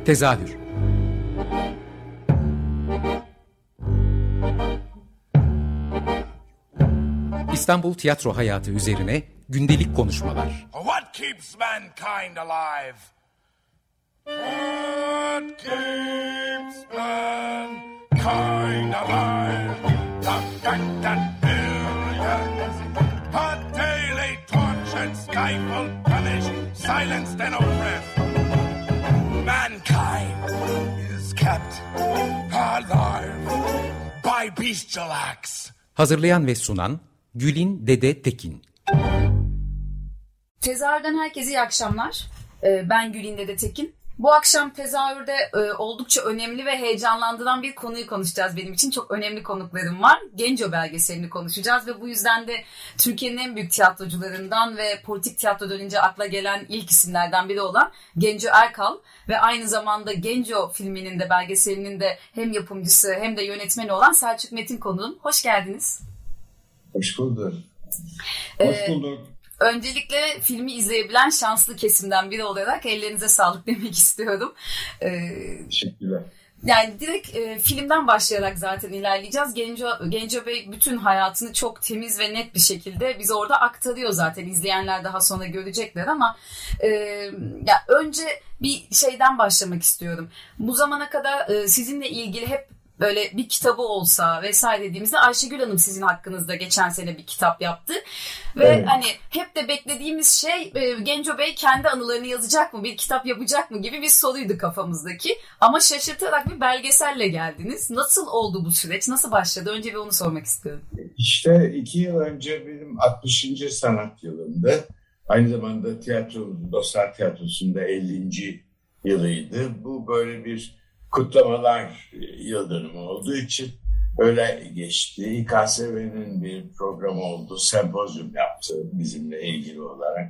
Tezahür. İstanbul tiyatro hayatı üzerine gündelik konuşmalar. What keeps mankind alive? What keeps mankind alive? The fact that billions are daily tortured, stifled, punished, silenced and oppressed. Mankind is kept alive by bestial acts. Hazırlayan ve sunan Gülin Dede Tekin. Tezahürden herkese iyi akşamlar. Ben Gülin Dede Tekin. Bu akşam tezahürde oldukça önemli ve heyecanlandıran bir konuyu konuşacağız benim için. Çok önemli konuklarım var. Genco belgeselini konuşacağız ve bu yüzden de Türkiye'nin en büyük tiyatrocularından ve politik tiyatro dönünce akla gelen ilk isimlerden biri olan Genco Erkal ve aynı zamanda Genco filminin de belgeselinin de hem yapımcısı hem de yönetmeni olan Selçuk Metin konuğum. Hoş geldiniz. Hoş bulduk. Hoş bulduk. Öncelikle filmi izleyebilen şanslı kesimden biri olarak ellerinize sağlık demek istiyorum. Teşekkürler. Yani direkt filmden başlayarak zaten ilerleyeceğiz. Genco Bey bütün hayatını çok temiz ve net bir şekilde bize orada aktarıyor zaten. İzleyenler daha sonra görecekler ama ya önce bir şeyden başlamak istiyorum. Bu zamana kadar sizinle ilgili hep böyle bir kitabı olsa vesaire dediğimizde Ayşegül Hanım sizin hakkınızda geçen sene bir kitap yaptı. Ve evet, hani hep de beklediğimiz şey Genco Bey kendi anılarını yazacak mı, bir kitap yapacak mı gibi bir soruydu kafamızdaki. Ama şaşırtarak bir belgeselle geldiniz. Nasıl oldu bu süreç? Nasıl başladı? Önce bir onu sormak istiyorum. İşte 2 yıl önce benim 60. sanat yılımdı. Aynı zamanda Dostlar Tiyatrosu'nda 50. yılıydı. Bu böyle bir kutlamalar yıl dönümü olduğu için öyle geçti. İKSV'nin bir programı oldu. Sempozyum yaptı bizimle ilgili olarak.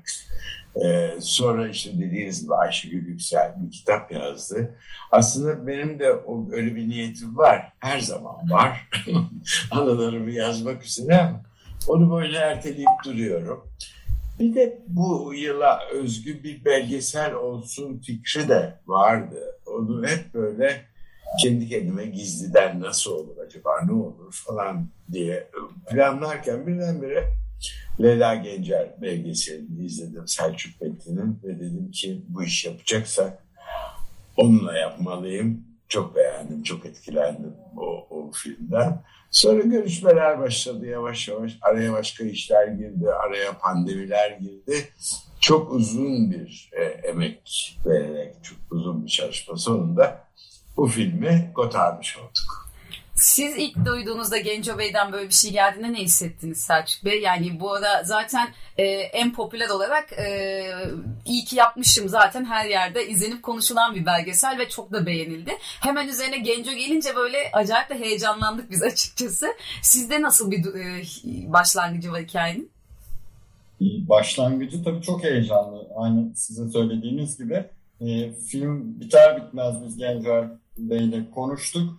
Sonra işte dediğiniz gibi Ayşegül Yüksel bir kitap yazdı. Aslında benim de öyle bir niyetim var. Her zaman var. Anılarımı yazmak üzere ama onu böyle erteleyip duruyorum. Bir de bu yıla özgü bir belgesel olsun fikri de vardı. Onu hep böyle kendi kendime gizliden nasıl olur acaba, ne olur falan diye planlarken birdenbire Leyla Gencer belgeselini izledim Selçuk Metin'in ve dedim ki bu iş yapacaksak onunla yapmalıyım. Çok beğendim, çok etkilendim o filmden. Sonra görüşmeler başladı yavaş yavaş. Araya başka işler girdi, araya pandemiler girdi. Çok uzun bir emek vererek, çok uzun bir çalışma sonunda bu filmi kotarmış olduk. Siz ilk duyduğunuzda Genco Bey'den böyle bir şey geldiğinde ne hissettiniz Selçuk Bey? Yani bu arada zaten en popüler olarak iyi ki yapmışım zaten her yerde izlenip konuşulan bir belgesel ve çok da beğenildi. Hemen üzerine Genco gelince böyle acayip de heyecanlandık biz açıkçası. Sizde nasıl bir başlangıcı var hikayenin? Başlangıcı tabii çok heyecanlı. Aynı sizin söylediğiniz gibi. Film biter bitmez biz Genco Bey'le konuştuk.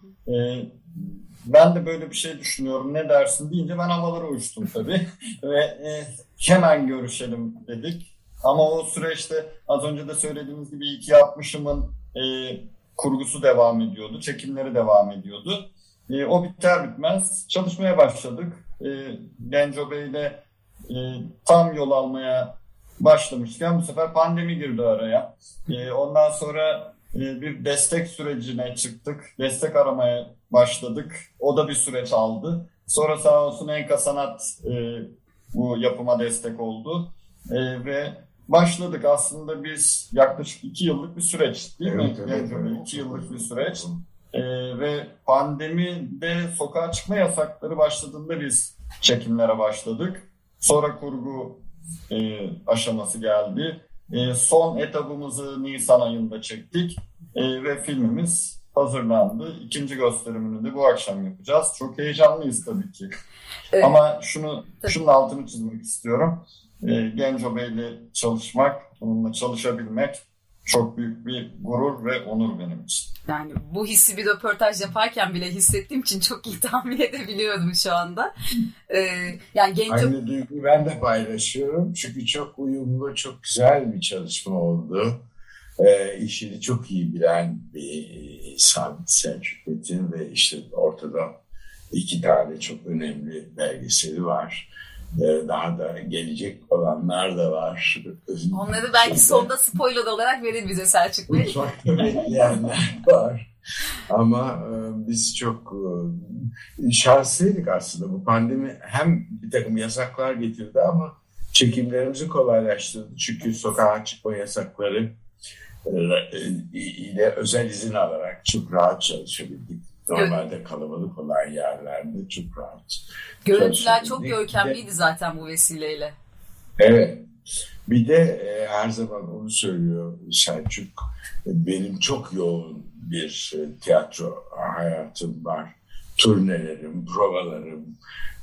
Ben de böyle bir şey düşünüyorum, ne dersin deyince ben havalara uçtum tabii ve hemen görüşelim dedik. Ama o süreçte az önce de söylediğimiz gibi iyi ki yapmışımın kurgusu devam ediyordu, çekimleri devam ediyordu. O biter bitmez çalışmaya başladık. Genco Bey'le tam yol almaya başlamışken bu sefer pandemi girdi araya. Ondan sonra bir destek sürecine çıktık. Destek aramaya başladık. O da bir süreç aldı. Sonra sağ olsun Enka Sanat bu yapıma destek oldu. Ve başladık. Aslında biz yaklaşık 2 yıllık bir süreç değil mi? Evet. 2 yıllık bir süreç. Ve pandemide sokağa çıkma yasakları başladığında biz çekimlere başladık. Sonra kurgu aşaması geldi. Son etabımızı Nisan ayında çektik ve filmimiz hazırlandı. 2. gösterimini de bu akşam yapacağız. Çok heyecanlıyız tabii ki. Ama şunun altını çizmek istiyorum. Genco Bey'le çalışmak, onunla çalışabilmek çok büyük bir gurur ve onur benim için. Yani bu hissi bir röportaj yaparken bile hissettiğim için çok iyi tahmin edebiliyorum şu anda. Yani Genco... Aynı duyguyu ben de paylaşıyorum. Çünkü çok uyumlu, çok güzel bir çalışma oldu. işini çok iyi bilen bir insan Selçuk Metin ve işte ortada 2 tane çok önemli belgeseli var. Daha da gelecek olanlar da var. Onları belki sonda spoiler olarak verir bize Selçuk Bey. Mutfakta bekleyenler var. Ama biz çok şanslıydık aslında. Bu pandemi hem bir takım yasaklar getirdi ama çekimlerimizi kolaylaştırdı. Çünkü sokağa çıkma yasakları ile özel izin alarak çok rahat çalışabildik. Normalde kalabalık olan yerlerde çok rahat. Görüntüler çok görkemliydi zaten bu vesileyle. Evet. Bir de her zaman onu söylüyor Selçuk. Benim çok yoğun bir tiyatro hayatım var. Turnelerim, provalarım.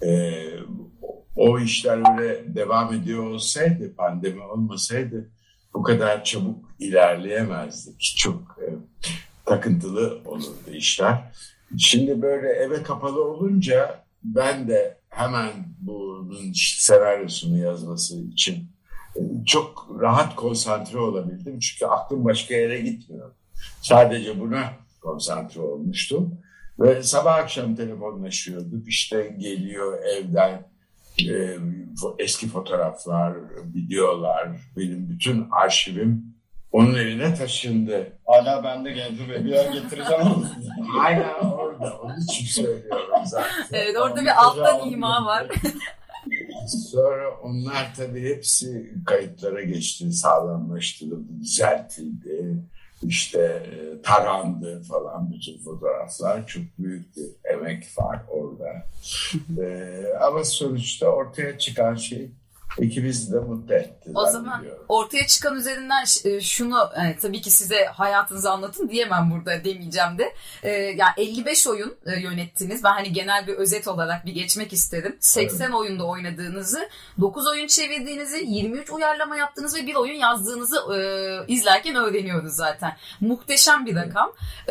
O işler öyle devam ediyor olsaydı, pandemi olmasaydı bu kadar çabuk ilerleyemezdik. Çok takıntılı olurdu işler. Şimdi böyle eve kapalı olunca ben de hemen bunun senaryosunu yazması için çok rahat konsantre olabildim. Çünkü aklım başka yere gitmiyor. Sadece buna konsantre olmuştum. Ve sabah akşam telefonlaşıyorduk. İşte geliyor evden eski fotoğraflar, videolar, benim bütün arşivim onun eline taşındı. Hala ben de Genco Bey bir yer getireceğim onu. Hala orada. Onun için söylüyorum zaten. Evet, orada bir alttan ima var. Sonra onlar tabii hepsi kayıtlara geçti, sağlamlaştırıldı, düzeltildi. İşte tarandı falan bütün fotoğraflar. Çok büyük bir emek var orada. Ama sonuçta ortaya çıkan şey ikimizi de mutlu etti. O zaman ortaya çıkan üzerinden şunu tabii ki size hayatınızı anlatın diyemem burada, demeyeceğim de. Yani 55 oyun yönettiniz. Ben hani genel bir özet olarak bir geçmek isterim. 80 evet. Oyunda oynadığınızı, 9 oyun çevirdiğinizi, 23 uyarlama yaptığınız ve 1 oyun yazdığınızı izlerken öğreniyoruz zaten. Muhteşem bir rakam.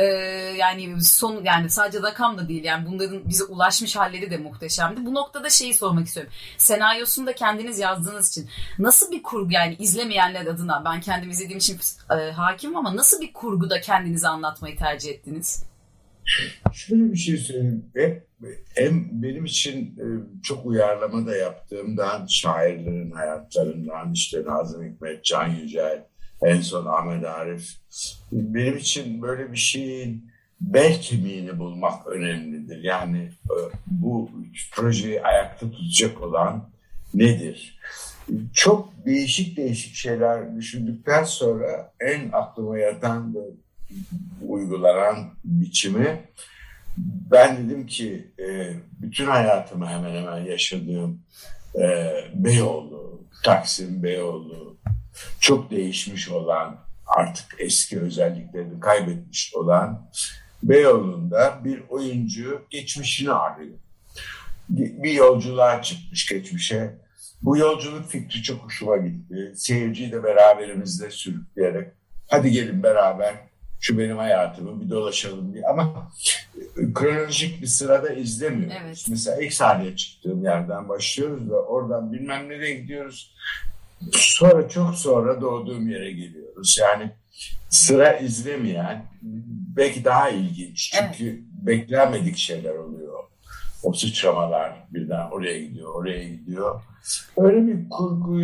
Yani sadece rakam da değil, yani bunların bize ulaşmış halleri de muhteşemdi. Bu noktada şeyi sormak istiyorum. Senaryosunu da kendiniz yazdığınız için nasıl bir kurgu, yani izlemeyenler adına, ben kendim izlediğim için hakimim ama nasıl bir kurguda kendinizi anlatmayı tercih ettiniz? Şöyle bir şey söyleyeyim. Benim için çok uyarlama da yaptığımdan, şairlerin hayatlarından, işte Nazım Hikmet, Can Yücel, en son Ahmet Arif. Benim için böyle bir şeyin bel kemiğini bulmak önemlidir. Yani bu projeyi ayakta tutacak olan nedir? Çok değişik şeyler düşündükten sonra en aklıma yatan ve uygulanan biçimi, ben dedim ki bütün hayatımı hemen hemen yaşadığım Beyoğlu, Taksim Beyoğlu, çok değişmiş olan, artık eski özelliklerini kaybetmiş olan Beyoğlu'nda bir oyuncu geçmişini arıyor. Bir yolculuğa çıkmış geçmişe. Bu yolculuk fikri çok hoşuma gitti. Seyirciyi de beraberimizde sürükleyerek hadi gelin beraber şu benim hayatımı bir dolaşalım diye. Ama kronolojik bir sırada izlemiyoruz. Evet. Mesela ilk sahneye çıktığım yerden başlıyoruz da oradan bilmem nereye gidiyoruz. Sonra çok sonra doğduğum yere geliyoruz. Yani sıra izlemeyen belki daha ilginç. Çünkü evet, beklenmedik şeyler oluyor. O sıçramalar birden oraya gidiyor, oraya gidiyor. Öyle bir kurgu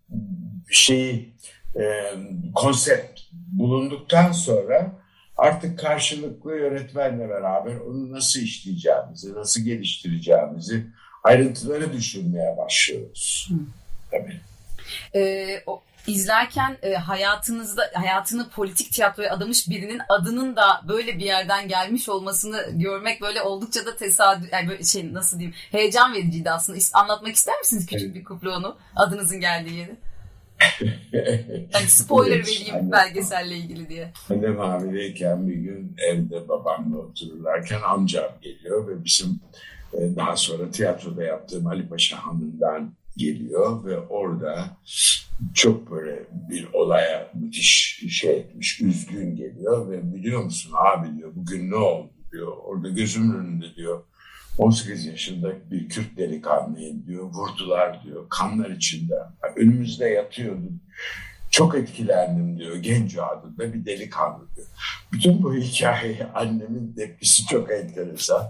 konsept bulunduktan sonra artık karşılıklı yönetmenle beraber onu nasıl işleyeceğimizi, nasıl geliştireceğimizi, ayrıntıları düşünmeye başlıyoruz. Tabii. İzlerken hayatını politik tiyatroya adamış birinin adının da böyle bir yerden gelmiş olmasını görmek böyle oldukça da tesadüf, yani böyle nasıl diyeyim, heyecan vericiydi aslında. Anlatmak ister misiniz küçük bir kuple onu, adınızın geldiği yeri? Yani spoiler vereyim belgeselle ilgili diye. Annem hamileyken bir gün evde babamla otururlarken amcam geliyor ve bizim daha sonra tiyatroda yaptığım Ali Paşa Hanı'ndan geliyor ve orada çok böyle bir olaya müthiş etmiş, üzgün geliyor ve biliyor musun abi diyor, bugün ne oldu diyor, orada gözümün önünde diyor 18 yaşında bir Kürt delikanlıyı diyor vurdular diyor, kanlar içinde, önümüzde yatıyordu. Çok etkilendim diyor. Genco adında bir delikanlı diyor. Bütün bu hikayeyi annemin tepkisi çok enteresan.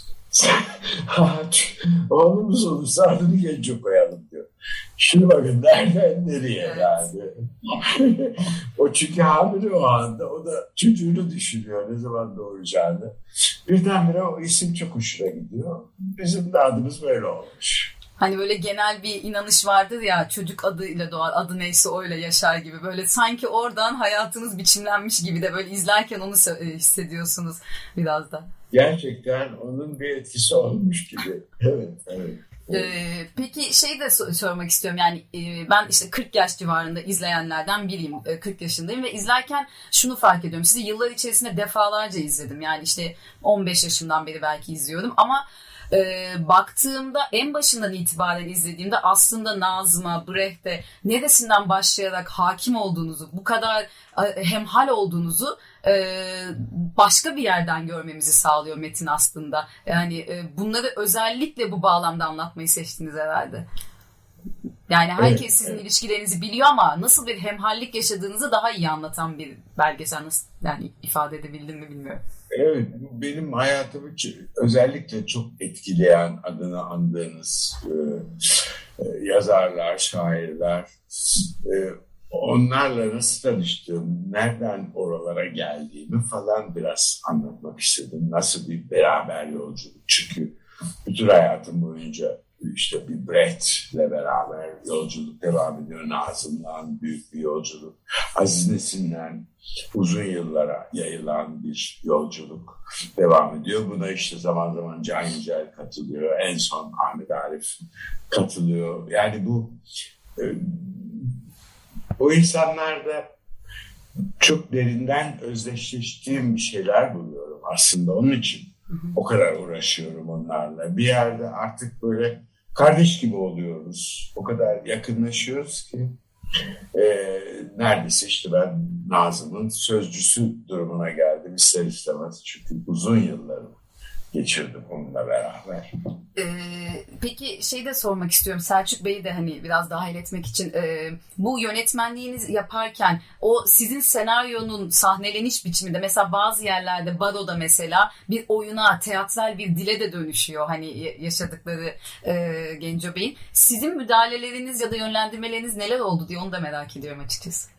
Oğlumuz olursa adını Genco koyalım diyor. Şimdi bakın nereden nereye yani. O çünkü hamile o anda. O da çocuğunu düşünüyor ne zaman doğuracağını. Birdenbire o isim çok hoşuna gidiyor. Bizim de adımız böyle olmuş. Hani böyle genel bir inanış vardır ya, çocuk adıyla doğar, adı neyse öyle yaşar gibi. Böyle sanki oradan hayatınız biçimlenmiş gibi de böyle izlerken onu hissediyorsunuz biraz da. Gerçekten onun bir etkisi olmuş gibi. Evet, evet. Peki şey de sormak istiyorum, yani ben işte 40 yaş civarında izleyenlerden biriyim, 40 yaşındayım ve izlerken şunu fark ediyorum, sizi yıllar içerisinde defalarca izledim, yani işte 15 yaşından beri belki izliyorum ama baktığımda en başından itibaren izlediğimde aslında Nazım'a, Brecht'e neresinden başlayarak hakim olduğunuzu, bu kadar hemhal olduğunuzu başka bir yerden görmemizi sağlıyor metin aslında. Yani bunları özellikle bu bağlamda anlatmayı seçtiniz herhalde. Yani herkes sizin ilişkilerinizi biliyor ama nasıl bir hemhallik yaşadığınızı daha iyi anlatan bir belgesel, nasıl yani ifade edebildim mi bilmiyorum. Evet, bu benim hayatımı özellikle çok etkileyen, adını andığınız yazarlar, şairler, onlarla nasıl tanıştığım, nereden oralara geldiğimi falan biraz anlatmak istedim. Nasıl bir beraber yolculuk. Çünkü bütün hayatım boyunca işte bir Brecht'le beraber yolculuk devam ediyor. Nazım'dan büyük bir yolculuk. Aziz Nesin'den uzun yıllara yayılan bir yolculuk devam ediyor. Buna işte zaman zaman Can Yücel katılıyor. En son Ahmet Arif katılıyor. Yani bu insanlarda çok derinden özdeşleştiğim bir şeyler buluyorum aslında. Onun için o kadar uğraşıyorum onlarla. Bir yerde artık böyle kardeş gibi oluyoruz. O kadar yakınlaşıyoruz ki neredeyse işte ben Nazım'ın sözcüsü durumuna geldim ister istemez. Çünkü uzun yıllarımı geçirdim onunla beraber. Peki şey de sormak istiyorum. Selçuk Bey'i de hani biraz dahil etmek için bu yönetmenliğiniz yaparken o sizin senaryonun sahneleniş biçiminde mesela bazı yerlerde baroda mesela bir oyuna, teatral bir dile de dönüşüyor hani yaşadıkları Genco Bey'in. Sizin müdahaleleriniz ya da yönlendirmeleriniz neler oldu diye onu da merak ediyorum açıkçası.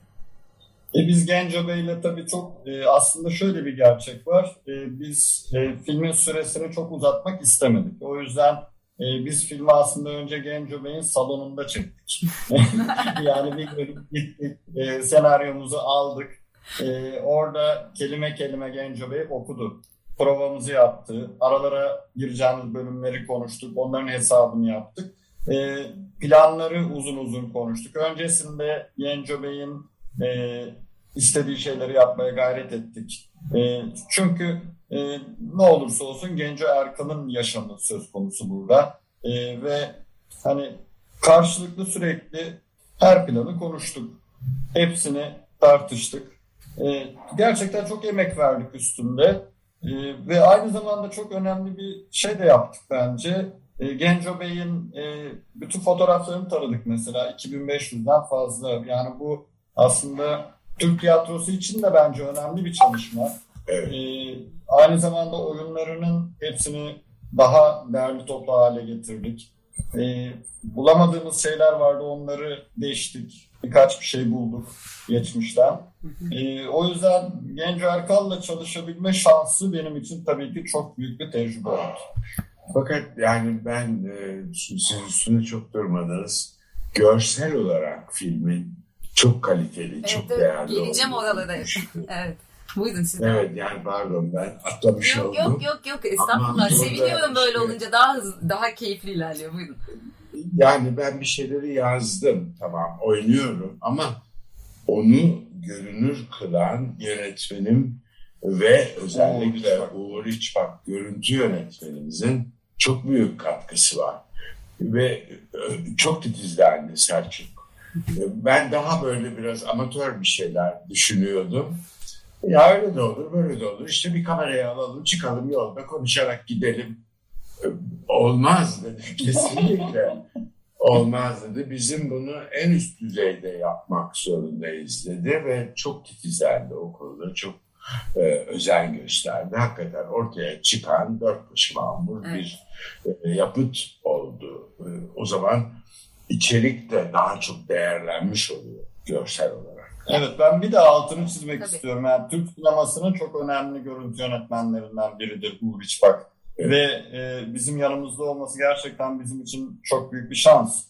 Biz Genco Bey'le tabii çok aslında şöyle bir gerçek var. Biz filmin süresini çok uzatmak istemedik. O yüzden biz filmi aslında önce Genco Bey'in salonunda çektik. Yani bir gittik, senaryomuzu aldık. Orada kelime kelime Genco Bey okudu. Provamızı yaptı. Aralara gireceğimiz bölümleri konuştuk. Onların hesabını yaptık. Planları uzun uzun konuştuk. Öncesinde Genco Bey'in istediği şeyleri yapmaya gayret ettik. Çünkü ne olursa olsun Genco Erkan'ın yaşamı söz konusu burada. Ve hani karşılıklı sürekli her planı konuştuk. Hepsini tartıştık. Gerçekten çok emek verdik üstünde. Ve aynı zamanda çok önemli bir şey de yaptık bence. Genco Bey'in bütün fotoğraflarını taradık mesela 2500'den fazla. Yani bu aslında Türk tiyatrosu için de bence önemli bir çalışma. Evet. Aynı zamanda oyunlarının hepsini daha değerli toplu hale getirdik. Bulamadığımız şeyler vardı, onları değiştik. Birkaç bir şey bulduk geçmişten. O yüzden Genco Erkal'la çalışabilme şansı benim için tabii ki çok büyük bir tecrübe oldu. Fakat yani ben siz üstüne çok durmadınız. Görsel olarak filmin çok kaliteli, evet, çok değerli oldu. Geleceğim oralara. Evet. Buyurun siz. Evet yani pardon ben atlamış oldum. Yok estağfurullah. Seviniyorum böyle olunca daha hızlı, daha keyifli ilerliyor. Buyurun. Yani ben bir şeyleri yazdım, tamam oynuyorum ama onu görünür kılan yönetmenim ve özellikle Uğur İçbak görüntü yönetmenimizin çok büyük katkısı var. Ve çok titizlendi Selçuk. Ben daha böyle biraz amatör bir şeyler düşünüyordum. Ya öyle de olur, böyle de olur. İşte bir kamerayı alalım, çıkalım yolda konuşarak gidelim. Olmaz dedi kesinlikle. olmaz dedi. Bizim bunu en üst düzeyde yapmak zorundayız dedi ve çok titizlendi o konuda. Çok özen gösterdi. Hakikaten ortaya çıkan dört başı mamur bir yapıt oldu. O zaman içerik de daha çok değerlenmiş oluyor görsel olarak. Evet, ben bir de altını çizmek istiyorum. Yani Türk sinemasının çok önemli görüntü yönetmenlerinden biridir Uğur İçbak. Evet. Ve bizim yanımızda olması gerçekten bizim için çok büyük bir şans.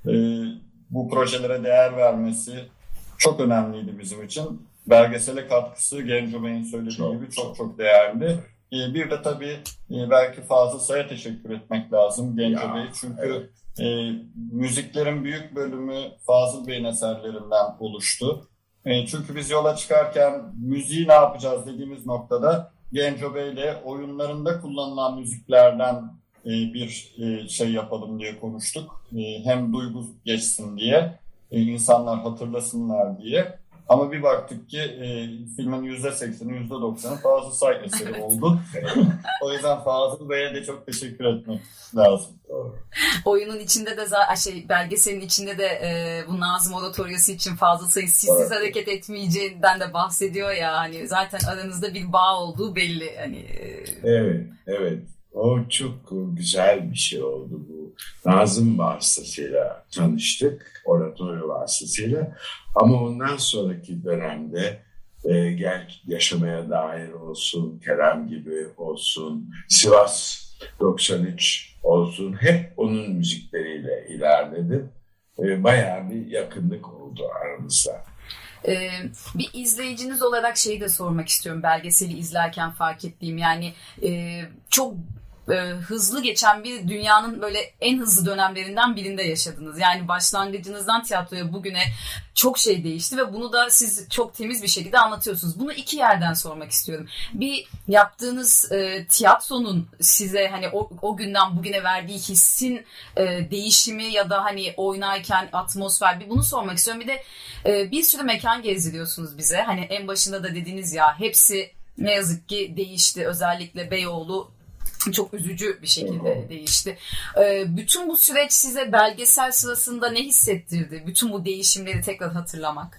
Bu projelere değer vermesi çok önemliydi bizim için. Belgesele katkısı Genco Bey'in söylediği gibi çok değerli. Bir de tabii belki Fazıl Say'a teşekkür etmek lazım Genco Bey. Çünkü müziklerin büyük bölümü Fazıl Bey'in eserlerinden oluştu. Çünkü biz yola çıkarken müziği ne yapacağız dediğimiz noktada Genco Bey'le oyunlarında kullanılan müziklerden bir şey yapalım diye konuştuk. Hem duygu geçsin diye, insanlar hatırlasınlar diye. Ama bir baktık ki filmin %80'i, %90'ı Fazıl Say eseri oldu. O yüzden Fazıl Bey'e de çok teşekkür etmek lazım. Oyunun içinde de belgeselin içinde de bu Nazım Oratoryosu için Fazıl Say'ın sizsiz hareket etmeyeceğinden de bahsediyor ya, hani zaten aranızda bir bağ olduğu belli. Hani Evet. O çok güzel bir şey oldu bu. Nazım vasıtasıyla tanıştık, oratoryo vasıtasıyla. Ama ondan sonraki dönemde yaşamaya dair olsun, Kerem gibi olsun, Sivas 93 olsun, hep onun müzikleriyle ilerledim. Bayağı bir yakınlık oldu aramızda. Bir izleyiciniz olarak şeyi de sormak istiyorum, belgeseli izlerken fark ettiğim, yani çok hızlı geçen bir dünyanın böyle en hızlı dönemlerinden birinde yaşadınız. Yani başlangıcınızdan tiyatroya bugüne çok şey değişti ve bunu da siz çok temiz bir şekilde anlatıyorsunuz. Bunu iki yerden sormak istiyorum. Bir, yaptığınız tiyatronun size hani o günden bugüne verdiği hissin değişimi ya da hani oynarken atmosfer, bir bunu sormak istiyorum. Bir de bir sürü mekan gezdiriyorsunuz bize. Hani en başında da dediniz ya, hepsi ne yazık ki değişti. Özellikle Beyoğlu çok üzücü bir şekilde değişti. Bütün bu süreç size belgesel sırasında ne hissettirdi? Bütün bu değişimleri tekrar hatırlamak.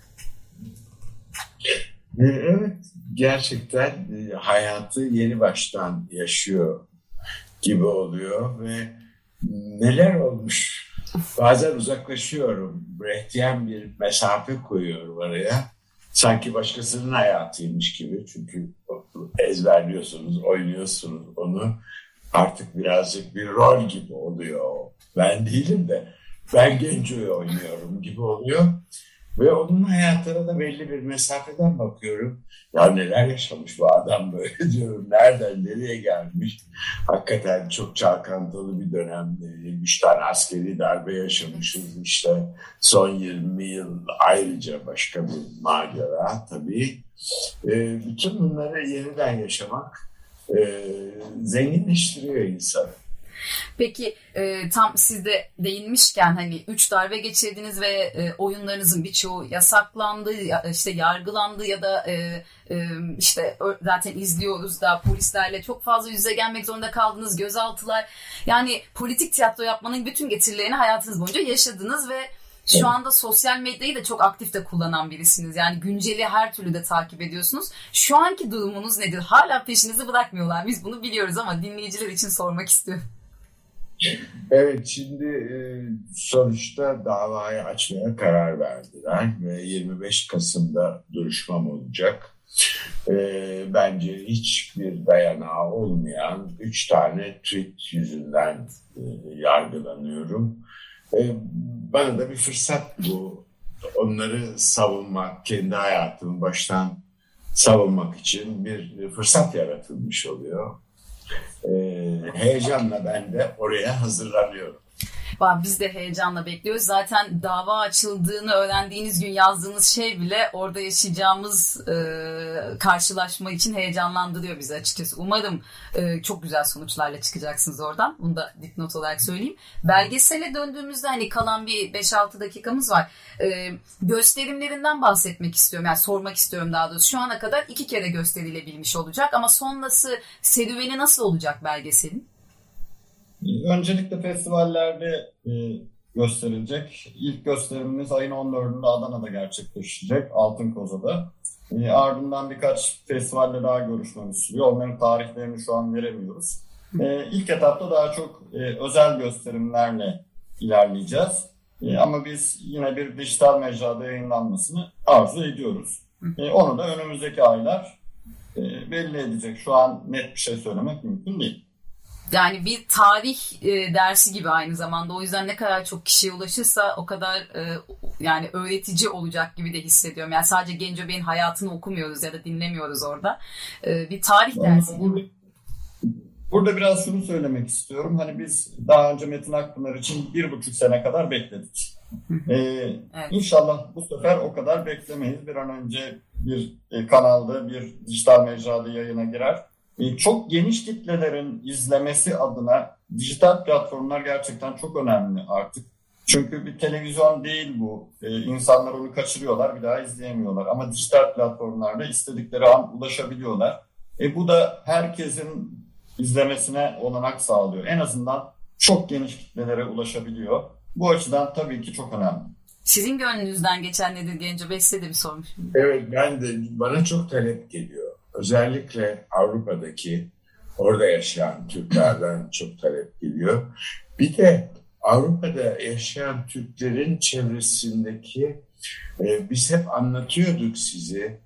Evet, gerçekten hayatı yeni baştan yaşıyor gibi oluyor ve neler olmuş. Bazen uzaklaşıyorum. Brechtian bir mesafe koyuyorum araya. Sanki başkasının hayatıymış gibi. Çünkü ezberliyorsunuz, oynuyorsunuz onu. Artık birazcık bir rol gibi oluyor. Ben değilim de ben Genco'yu oynuyorum gibi oluyor. Ve onun hayatına da belli bir mesafeden bakıyorum. Ya neler yaşamış bu adam böyle diyorum. Nereden nereye gelmiş. Hakikaten çok çalkantılı bir dönemde. 3 tane askeri darbe yaşamışız işte. Son 20 yıl ayrıca başka bir macera tabii. Bütün bunları yeniden yaşamak zenginleştiriyor insanı. Peki tam siz de değinmişken hani 3 darbe geçirdiniz ve oyunlarınızın birçoğu yasaklandı, işte yargılandı ya da işte zaten izliyoruz da polislerle çok fazla yüz yüze gelmek zorunda kaldınız, gözaltılar. Yani politik tiyatro yapmanın bütün getirilerini hayatınız boyunca yaşadınız ve şu anda sosyal medyayı da çok aktif de kullanan birisiniz. Yani günceli her türlü de takip ediyorsunuz. Şu anki durumunuz nedir? Hala peşinizi bırakmıyorlar. Biz bunu biliyoruz ama dinleyiciler için sormak istiyorum. Evet, şimdi sonuçta davayı açmaya karar verdiler ve 25 Kasım'da duruşmam olacak. Bence hiçbir dayanağı olmayan 3 tane tweet yüzünden yargılanıyorum. Bana da bir fırsat bu. Onları savunmak, kendi hayatımı baştan savunmak için bir fırsat yaratılmış oluyor. Heyecanla ben de oraya hazırlanıyorum. Biz de heyecanla bekliyoruz. Zaten dava açıldığını öğrendiğiniz gün yazdığınız şey bile orada yaşayacağımız karşılaşma için heyecanlandırıyor bizi açıkçası. Umarım çok güzel sonuçlarla çıkacaksınız oradan. Bunu da dipnot olarak söyleyeyim. Belgesele döndüğümüzde hani kalan bir 5-6 dakikamız var. Gösterimlerinden bahsetmek istiyorum. Yani sormak istiyorum daha doğrusu. Şu ana kadar 2 kere gösterilebilmiş olacak ama sonrası serüveni nasıl olacak belgeselin? Öncelikle festivallerde gösterilecek. İlk gösterimimiz ayın 14'ünde Adana'da gerçekleşecek, Altın Koza'da. Ardından birkaç festivalle daha görüşmemiz sürüyor. Onların tarihlerini şu an veremiyoruz. İlk etapta daha çok özel gösterimlerle ilerleyeceğiz. Ama biz yine bir dijital mecrada yayınlanmasını arzu ediyoruz. Onu da önümüzdeki aylar belli edecek. Şu an net bir şey söylemek mümkün değil. Yani bir tarih dersi gibi aynı zamanda. O yüzden ne kadar çok kişiye ulaşırsa o kadar yani öğretici olacak gibi de hissediyorum. Yani sadece Genco Bey'in hayatını okumuyoruz ya da dinlemiyoruz orada. Bir tarih dersi gibi. Burada biraz şunu söylemek istiyorum. Hani biz daha önce Metin Akpınar için 1,5 sene kadar bekledik. Evet. İnşallah bu sefer o kadar beklemeyiz. Bir an önce bir kanalda, bir dijital mecrada yayına girer. Çok geniş kitlelerin izlemesi adına dijital platformlar gerçekten çok önemli artık. Çünkü bir televizyon değil bu. İnsanlar onu kaçırıyorlar, bir daha izleyemiyorlar. Ama dijital platformlarda istedikleri an ulaşabiliyorlar. Bu da herkesin izlemesine olanak sağlıyor. En azından çok geniş kitlelere ulaşabiliyor. Bu açıdan tabii ki çok önemli. Sizin gönlünüzden geçen nedir Genco Bey? Size de bir sormuşum. Evet, bana çok talep geliyor. Özellikle Avrupa'daki, orada yaşayan Türklerden çok talep geliyor. Bir de Avrupa'da yaşayan Türklerin çevresindeki, biz hep anlatıyorduk sizi,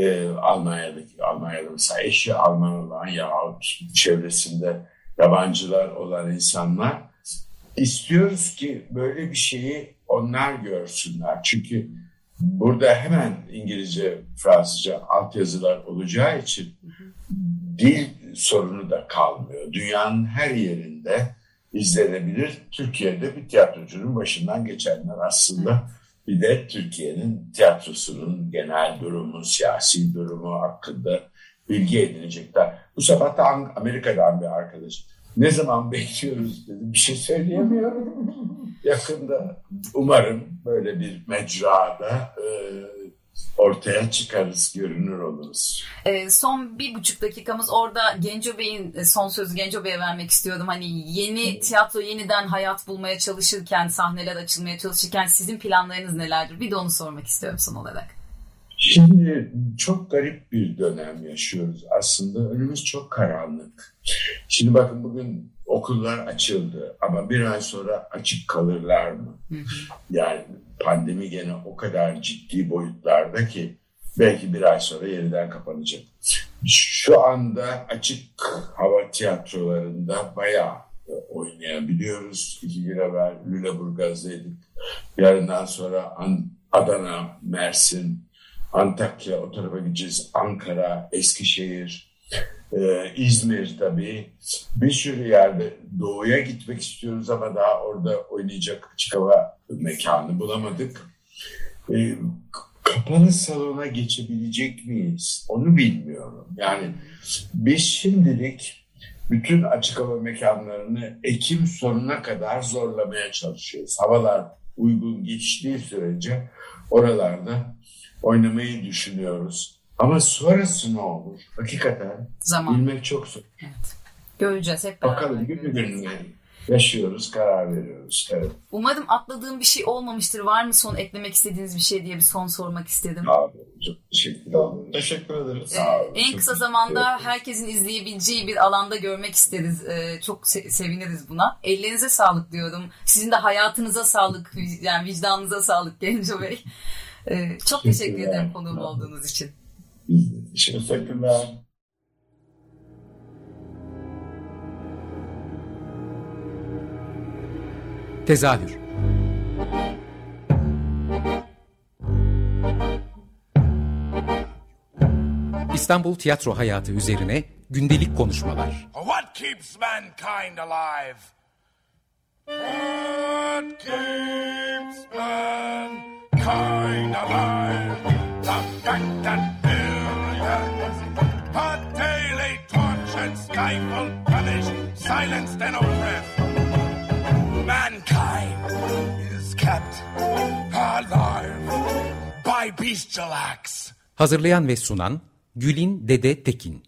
Almanya'da mesela eşi Alman olan yahut çevresinde yabancılar olan insanlar, istiyoruz ki böyle bir şeyi onlar görsünler. Çünkü burada hemen İngilizce, Fransızca altyazılar olacağı için dil sorunu da kalmıyor. Dünyanın her yerinde izlenebilir. Türkiye'de bir tiyatrocunun başından geçenler aslında. Bir de Türkiye'nin tiyatrosunun genel durumu, siyasi durumu hakkında bilgi edinecekler. Bu sabah da Amerika'dan bir arkadaş. Ne zaman bekliyoruz dedi. Bir şey söyleyemiyorum. Yakında umarım böyle bir mecrada ortaya çıkarız, görünür oluruz. Son 1,5 dakikamız orada Genco Bey'in son sözü Genco Bey'e vermek istiyordum. Hani yeni tiyatro yeniden hayat bulmaya çalışırken, sahneler açılmaya çalışırken sizin planlarınız nelerdir? Bir de onu sormak istiyorum son olarak. Şimdi çok garip bir dönem yaşıyoruz aslında. Önümüz çok karanlık. Şimdi bakın bugün okullar açıldı ama bir ay sonra açık kalırlar mı? Yani pandemi gene o kadar ciddi boyutlarda ki belki bir ay sonra yeniden kapanacak. Şu anda açık hava tiyatrolarında bayağı oynayabiliyoruz. 2 gün evvel Lüleburgaz'daydık. Yarından sonra Adana, Mersin, Antakya, o tarafa gideceğiz. Ankara, Eskişehir, İzmir tabii. Bir sürü yerde doğuya gitmek istiyoruz ama daha orada oynayacak açık hava mekanı bulamadık. Kapalı salona geçebilecek miyiz? Onu bilmiyorum. Yani biz şimdilik bütün açık hava mekanlarını Ekim sonuna kadar zorlamaya çalışıyoruz. Havalar uygun geçtiği sürece oralarda oynamayı düşünüyoruz. Ama sonrası ne olur? Hakikaten bilmek çok zor. Evet. Göreceğiz hep beraber. Bakalım günü yaşıyoruz, karar veriyoruz. Evet. Umarım atladığım bir şey olmamıştır. Var mı son eklemek istediğiniz bir şey diye bir son sormak istedim. Abi, çok teşekkür ederim. Teşekkür ederiz. En kısa zamanda herkesin izleyebileceği bir alanda görmek isteriz. Çok seviniriz buna. Ellerinize sağlık diyorum. Sizin de hayatınıza sağlık, yani vicdanınıza sağlık Genco Bey. Çok teşekkür ederim konuğum olduğunuz için. Teşekkürler. Tezahür. İstanbul tiyatro hayatı üzerine gündelik konuşmalar. What keeps mankind alive? What keeps mankind alive? The fact that billions are daily tortured, stifled, punished, silenced and oppressed. Mankind is kept alive by bestial acts. Hazırlayan ve sunan Gülin Dede Tekin.